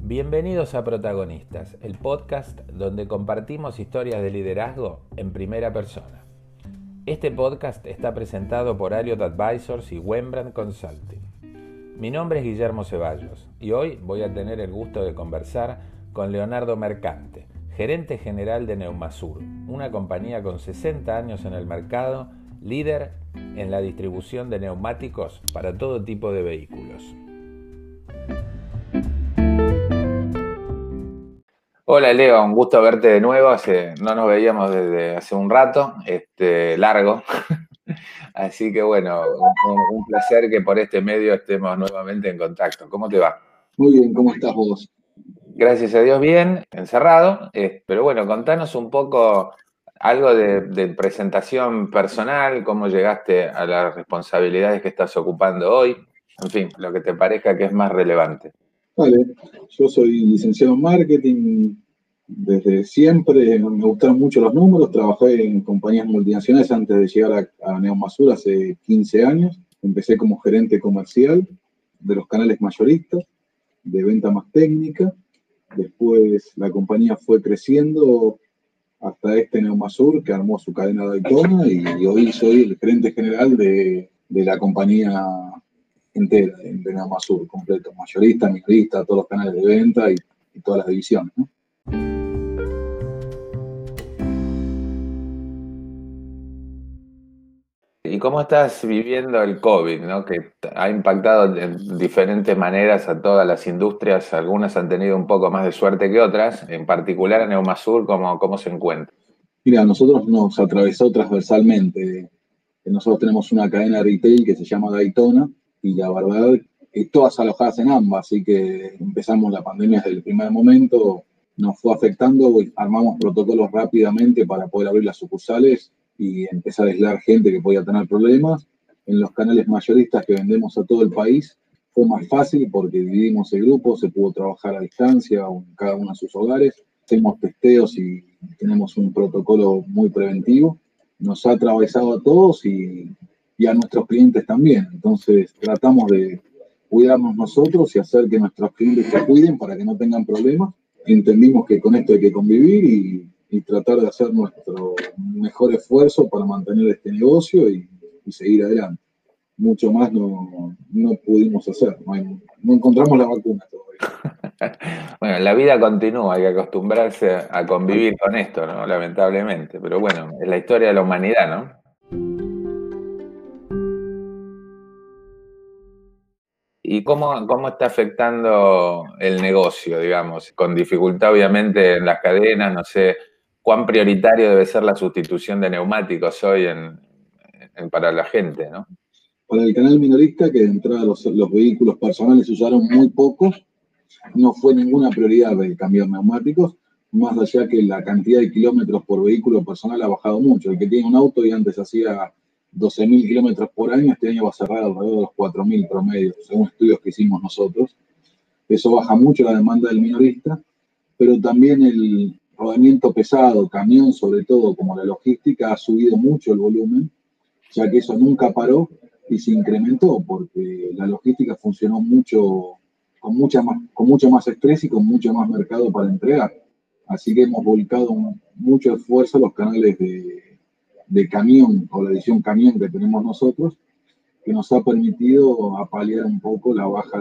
Bienvenidos a Protagonistas, el podcast donde compartimos historias de liderazgo en primera persona. Este podcast está presentado por Alliot Advisors y Wembrandt Consulting. Mi nombre es Guillermo Ceballos y hoy voy a tener el gusto de conversar con Leonardo Mercante, gerente general de Neumasur, una compañía con 60 años en el mercado, líder en la distribución de neumáticos para todo tipo de vehículos. Hola Leo, un gusto verte de nuevo. No nos veíamos desde hace un rato, largo. Así que bueno, un placer que por este medio estemos nuevamente en contacto. ¿Cómo te va? Muy bien, ¿cómo estás vos? Gracias a Dios bien, encerrado. Pero bueno, contanos un poco algo de presentación personal, cómo llegaste a las responsabilidades que estás ocupando hoy. En fin, lo que te parezca que es más relevante. Vale, yo soy licenciado en marketing desde siempre, me gustaron mucho los números, trabajé en compañías multinacionales antes de llegar a Neumasur hace 15 años. Empecé como gerente comercial de los canales mayoristas, de venta más técnica. Después la compañía fue creciendo hasta Neumasur, que armó su cadena Daytona, y hoy soy el gerente general de la compañía entera, de Neumasur, completo, mayorista, minorista, todos los canales de venta y todas las divisiones, ¿no? ¿Y cómo estás viviendo el COVID, ¿no? Que ha impactado de diferentes maneras a todas las industrias? Algunas han tenido un poco más de suerte que otras, en particular a Neumasur, ¿cómo se encuentra? Mira, a nosotros nos atravesó transversalmente. Nosotros tenemos una cadena retail que se llama Daytona y la verdad, todas alojadas en ambas, así que empezamos la pandemia desde el primer momento, nos fue afectando, armamos protocolos rápidamente para poder abrir las sucursales y empezar a aislar gente que podía tener problemas. En los canales mayoristas que vendemos a todo el país fue más fácil porque dividimos el grupo, se pudo trabajar a distancia, cada uno a sus hogares, hacemos testeos y tenemos un protocolo muy preventivo. Nos ha atravesado a todos y a nuestros clientes también. Entonces tratamos de cuidarnos nosotros y hacer que nuestros clientes se cuiden para que no tengan problemas. Entendimos que con esto hay que convivir y tratar de hacer nuestro mejor esfuerzo para mantener este negocio y seguir adelante. Mucho más no pudimos hacer, no encontramos la vacuna todavía. Bueno, la vida continúa, hay que acostumbrarse a convivir con esto, ¿no? Lamentablemente. Pero bueno, es la historia de la humanidad, ¿no? ¿Y cómo está afectando el negocio, digamos? Con dificultad, obviamente, en las cadenas, no sé, cuán prioritario debe ser la sustitución de neumáticos hoy para la gente, ¿no? Para el canal minorista, que de entrada los vehículos personales se usaron muy pocos, no fue ninguna prioridad el cambio de neumáticos, más allá que la cantidad de kilómetros por vehículo personal ha bajado mucho. El que tiene un auto y antes hacía 12.000 kilómetros por año, este año va a cerrar alrededor de los 4.000 promedios, según estudios que hicimos nosotros. Eso baja mucho la demanda del minorista, pero también el rodamiento pesado, camión sobre todo, como la logística, ha subido mucho el volumen, ya que eso nunca paró y se incrementó porque la logística funcionó mucho, con mucho más estrés y con mucho más mercado para entregar. Así que hemos volcado mucho esfuerzo a los canales de camión o la edición camión que tenemos nosotros, que nos ha permitido apalear un poco la baja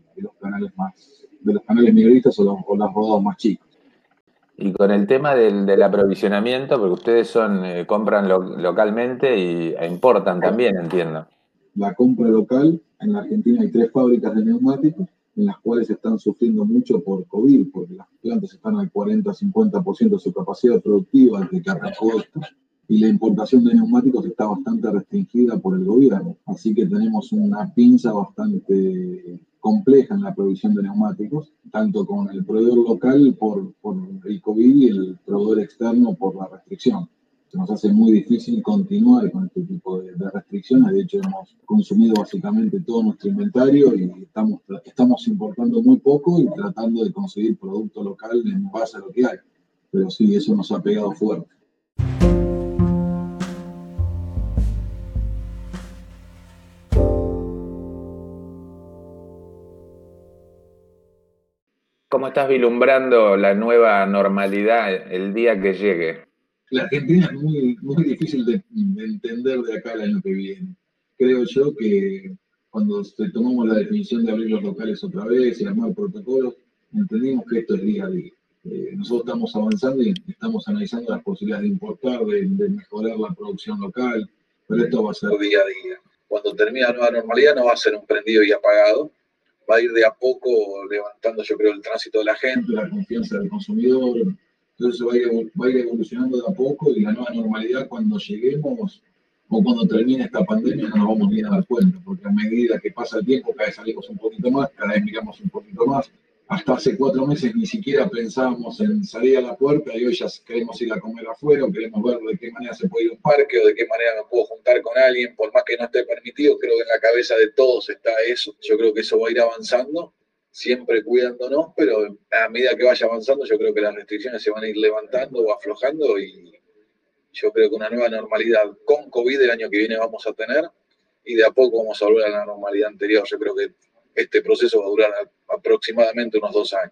de los canales minoristas o los rodados más chicos. Y con el tema del aprovisionamiento, porque ustedes compran localmente e importan también, entiendo. La compra local, en la Argentina hay 3 fábricas de neumáticos, en las cuales están sufriendo mucho por COVID, porque las plantas están al 40-50% de su capacidad productiva desde que arrancó esto, y la importación de neumáticos está bastante restringida por el gobierno. Así que tenemos una pinza bastante compleja en la provisión de neumáticos, tanto con el proveedor local por el COVID y el proveedor externo por la restricción. Se nos hace muy difícil continuar con este tipo de restricciones. De hecho, hemos consumido básicamente todo nuestro inventario y estamos importando muy poco y tratando de conseguir producto local en base a lo que hay. Pero sí, eso nos ha pegado fuerte. ¿Cómo estás vislumbrando la nueva normalidad el día que llegue? La Argentina es muy difícil de entender de acá al año que viene. Creo yo que cuando tomamos la definición de abrir los locales otra vez y armar protocolos, entendimos que esto es día a día. Nosotros estamos avanzando y estamos analizando las posibilidades de importar, de mejorar la producción local, pero esto va a ser día a día. Cuando termine la nueva normalidad no va a ser un prendido y apagado, va a ir de a poco levantando, yo creo, el tránsito de la gente, la confianza del consumidor. Entonces va a ir evolucionando de a poco y la nueva normalidad cuando lleguemos o cuando termine esta pandemia no nos vamos ni a dar cuenta, porque a medida que pasa el tiempo cada vez salimos un poquito más, cada vez miramos un poquito más. Hasta hace 4 meses ni siquiera pensábamos en salir a la puerta y hoy ya queremos ir a comer afuera o queremos ver de qué manera se puede ir a un parque o de qué manera me puedo juntar con alguien, por más que no esté permitido, creo que en la cabeza de todos está eso. Yo creo que eso va a ir avanzando, siempre cuidándonos, pero a medida que vaya avanzando yo creo que las restricciones se van a ir levantando o aflojando y yo creo que una nueva normalidad con COVID el año que viene vamos a tener y de a poco vamos a volver a la normalidad anterior. Yo creo que este proceso va a durar aproximadamente unos 2 años.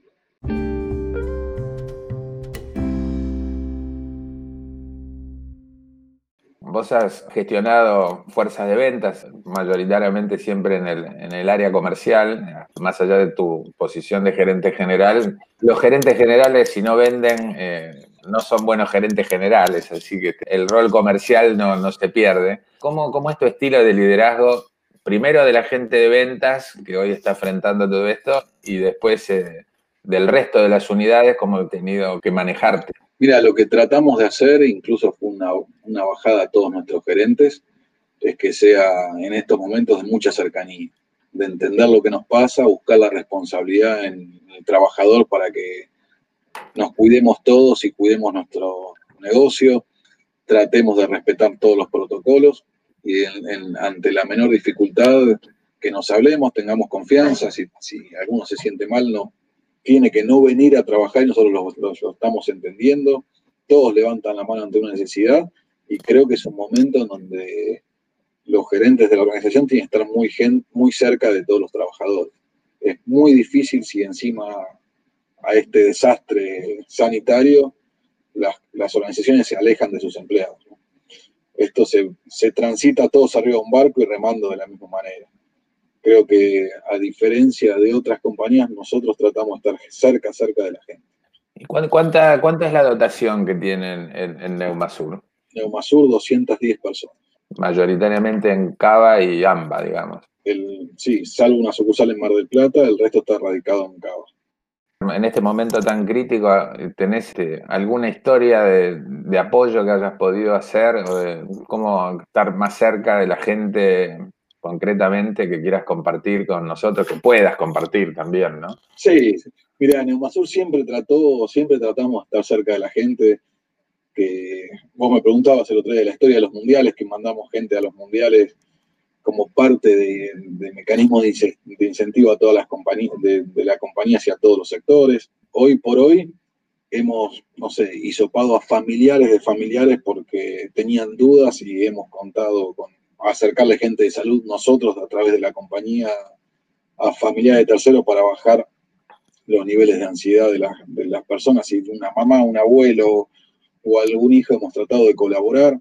Vos has gestionado fuerzas de ventas, mayoritariamente siempre en el área comercial, más allá de tu posición de gerente general. Los gerentes generales, si no venden, no son buenos gerentes generales, así que el rol comercial no se pierde. ¿Cómo es tu estilo de liderazgo? Primero de la gente de ventas, que hoy está enfrentando todo esto, y después del resto de las unidades, cómo he tenido que manejarte. Mira, lo que tratamos de hacer, incluso fue una bajada a todos nuestros gerentes, es que sea en estos momentos de mucha cercanía, de entender lo que nos pasa, buscar la responsabilidad en el trabajador para que nos cuidemos todos y cuidemos nuestro negocio, tratemos de respetar todos los protocolos y ante la menor dificultad que nos hablemos, tengamos confianza, si alguno se siente mal, no tiene que no venir a trabajar y nosotros lo estamos entendiendo, todos levantan la mano ante una necesidad y creo que es un momento en donde los gerentes de la organización tienen que estar muy cerca de todos los trabajadores. Es muy difícil si encima a este desastre sanitario las organizaciones se alejan de sus empleados, ¿no? Esto se transita todos arriba de un barco y remando de la misma manera. Creo que a diferencia de otras compañías, nosotros tratamos de estar cerca de la gente. ¿Y cuánta es la dotación que tienen en Neumasur? Neumasur, 210 personas. Mayoritariamente en Cava y AMBA, digamos. Sí, salvo una sucursal en Mar del Plata, el resto está radicado en Cava. En este momento tan crítico, ¿tenés alguna historia de apoyo que hayas podido hacer o de cómo estar más cerca de la gente concretamente que quieras compartir con nosotros, que puedas compartir también, ¿no? Sí, mira, Neumasur siempre tratamos de estar cerca de la gente. Que vos me preguntabas el otro día de la historia de los mundiales, que mandamos gente a los mundiales como parte de mecanismos de incentivo a todas las compañías, de la compañía hacia todos los sectores. Hoy por hoy hemos, no sé, hisopado a familiares de familiares porque tenían dudas y hemos contado con acercarle gente de salud nosotros a través de la compañía a familiares de terceros para bajar los niveles de ansiedad de las personas. Si una mamá, un abuelo o algún hijo hemos tratado de colaborar,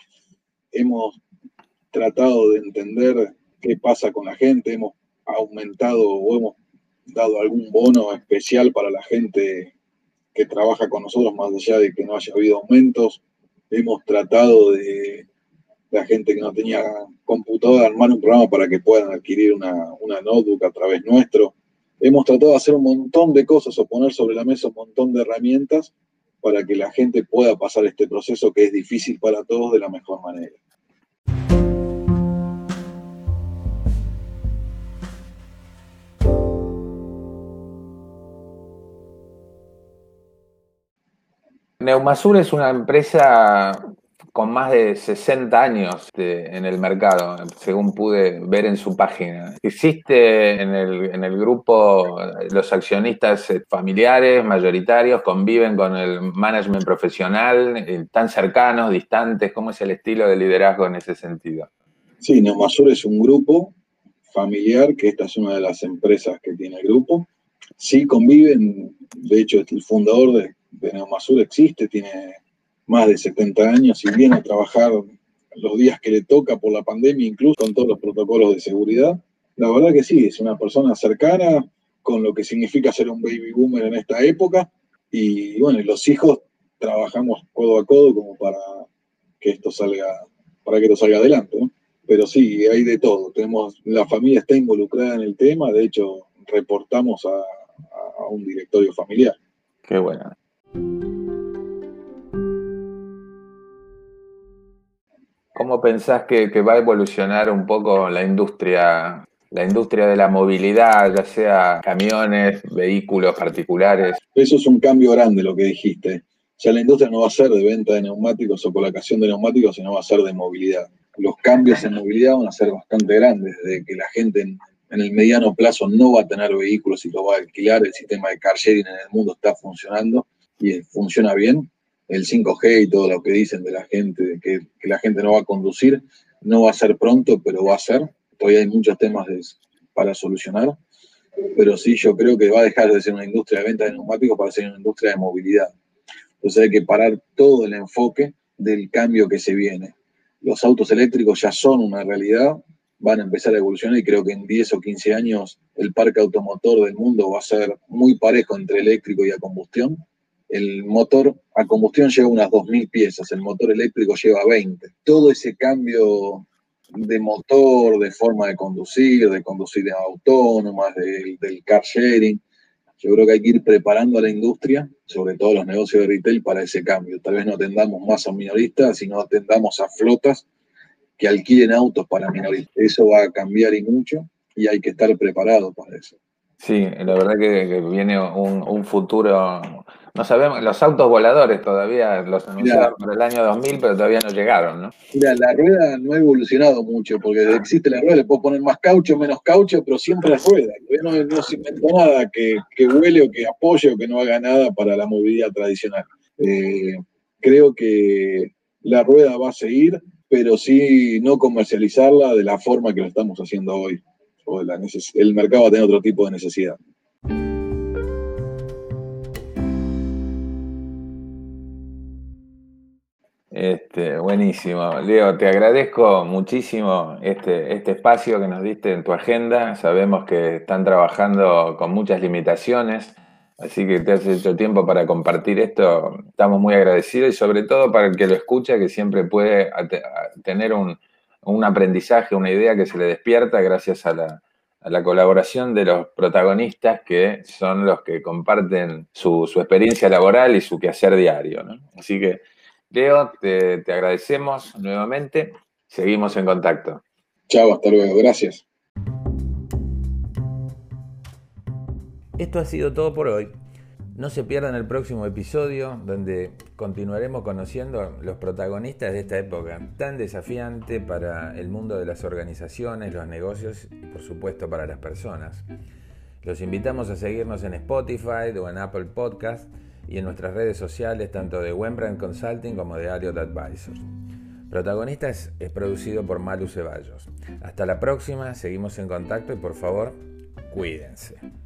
hemos tratado de entender qué pasa con la gente, hemos aumentado o hemos dado algún bono especial para la gente que trabaja con nosotros, más allá de que no haya habido aumentos. Hemos tratado de la gente que no tenía computadora, armar un programa para que puedan adquirir una notebook a través nuestro. Hemos tratado de hacer un montón de cosas o poner sobre la mesa un montón de herramientas para que la gente pueda pasar este proceso que es difícil para todos de la mejor manera. Neumasur es una empresa con más de 60 años en el mercado, según pude ver en su página. ¿Existe en el grupo los accionistas familiares, mayoritarios, conviven con el management profesional, tan cercanos, distantes? ¿Cómo es el estilo de liderazgo en ese sentido? Sí, Neumasur es un grupo familiar, que esta es una de las empresas que tiene el grupo. sí conviven. De hecho, el fundador de Neumasur existe, tiene más de 70 años y viene a trabajar los días que le toca por la pandemia, incluso con todos los protocolos de seguridad. La verdad que sí, es una persona cercana con lo que significa ser un baby boomer en esta época. Y bueno, y los hijos trabajamos codo a codo como para que esto salga adelante, ¿no? Pero sí, hay de todo. La familia está involucrada en el tema, de hecho, reportamos a un directorio familiar. Qué bueno. ¿Cómo pensás que va a evolucionar un poco la industria de la movilidad, ya sea camiones, vehículos particulares? Eso es un cambio grande lo que dijiste. Ya la industria no va a ser de venta de neumáticos o colocación de neumáticos, sino va a ser de movilidad. Los cambios en movilidad van a ser bastante grandes, desde que la gente en el mediano plazo no va a tener vehículos y lo va a alquilar. El sistema de car sharing en el mundo está funcionando y funciona bien. El 5G y todo lo que dicen de la gente, que la gente no va a conducir, no va a ser pronto, pero va a ser. Todavía hay muchos temas para solucionar. Pero sí, yo creo que va a dejar de ser una industria de venta de neumáticos para ser una industria de movilidad. Entonces hay que parar todo el enfoque del cambio que se viene. Los autos eléctricos ya son una realidad, van a empezar a evolucionar y creo que en 10 o 15 años el parque automotor del mundo va a ser muy parejo entre eléctrico y a combustión. El motor a combustión lleva unas 2.000 piezas, el motor eléctrico lleva 20. Todo ese cambio de motor, de forma de conducir autónomas, del car sharing, yo creo que hay que ir preparando a la industria, sobre todo los negocios de retail, para ese cambio. Tal vez no atendamos más a minoristas, sino atendamos a flotas que alquilen autos para minoristas. Eso va a cambiar y mucho, y hay que estar preparado para eso. Sí, la verdad que viene un futuro. No sabemos, los autos voladores todavía los anunciaron para el año 2000, pero todavía no llegaron, ¿no? Mira, la rueda no ha evolucionado mucho, porque existe la rueda, le puedo poner más caucho, menos caucho, pero siempre es rueda. No se inventó nada que huele o que apoye o que no haga nada para la movilidad tradicional. Creo que la rueda va a seguir, pero sí no comercializarla de la forma que lo estamos haciendo hoy. El mercado va a tener otro tipo de necesidad. Buenísimo. Leo, te agradezco muchísimo este espacio que nos diste en tu agenda. Sabemos que están trabajando con muchas limitaciones, así que te has hecho tiempo para compartir esto. Estamos muy agradecidos y sobre todo para el que lo escucha, que siempre puede tener un aprendizaje, una idea que se le despierta gracias a la colaboración de los protagonistas, que son los que comparten su experiencia laboral y su quehacer diario, ¿no? Así que, Leo, te agradecemos nuevamente. Seguimos en contacto. Chao, hasta luego. Gracias. Esto ha sido todo por hoy. No se pierdan el próximo episodio, donde continuaremos conociendo los protagonistas de esta época tan desafiante para el mundo de las organizaciones, los negocios y por supuesto para las personas. Los invitamos a seguirnos en Spotify o en Apple Podcast y en nuestras redes sociales, tanto de Wembrandt Consulting como de Elliott Advisors. Protagonistas es producido por Malu Ceballos. Hasta la próxima, seguimos en contacto y por favor, cuídense.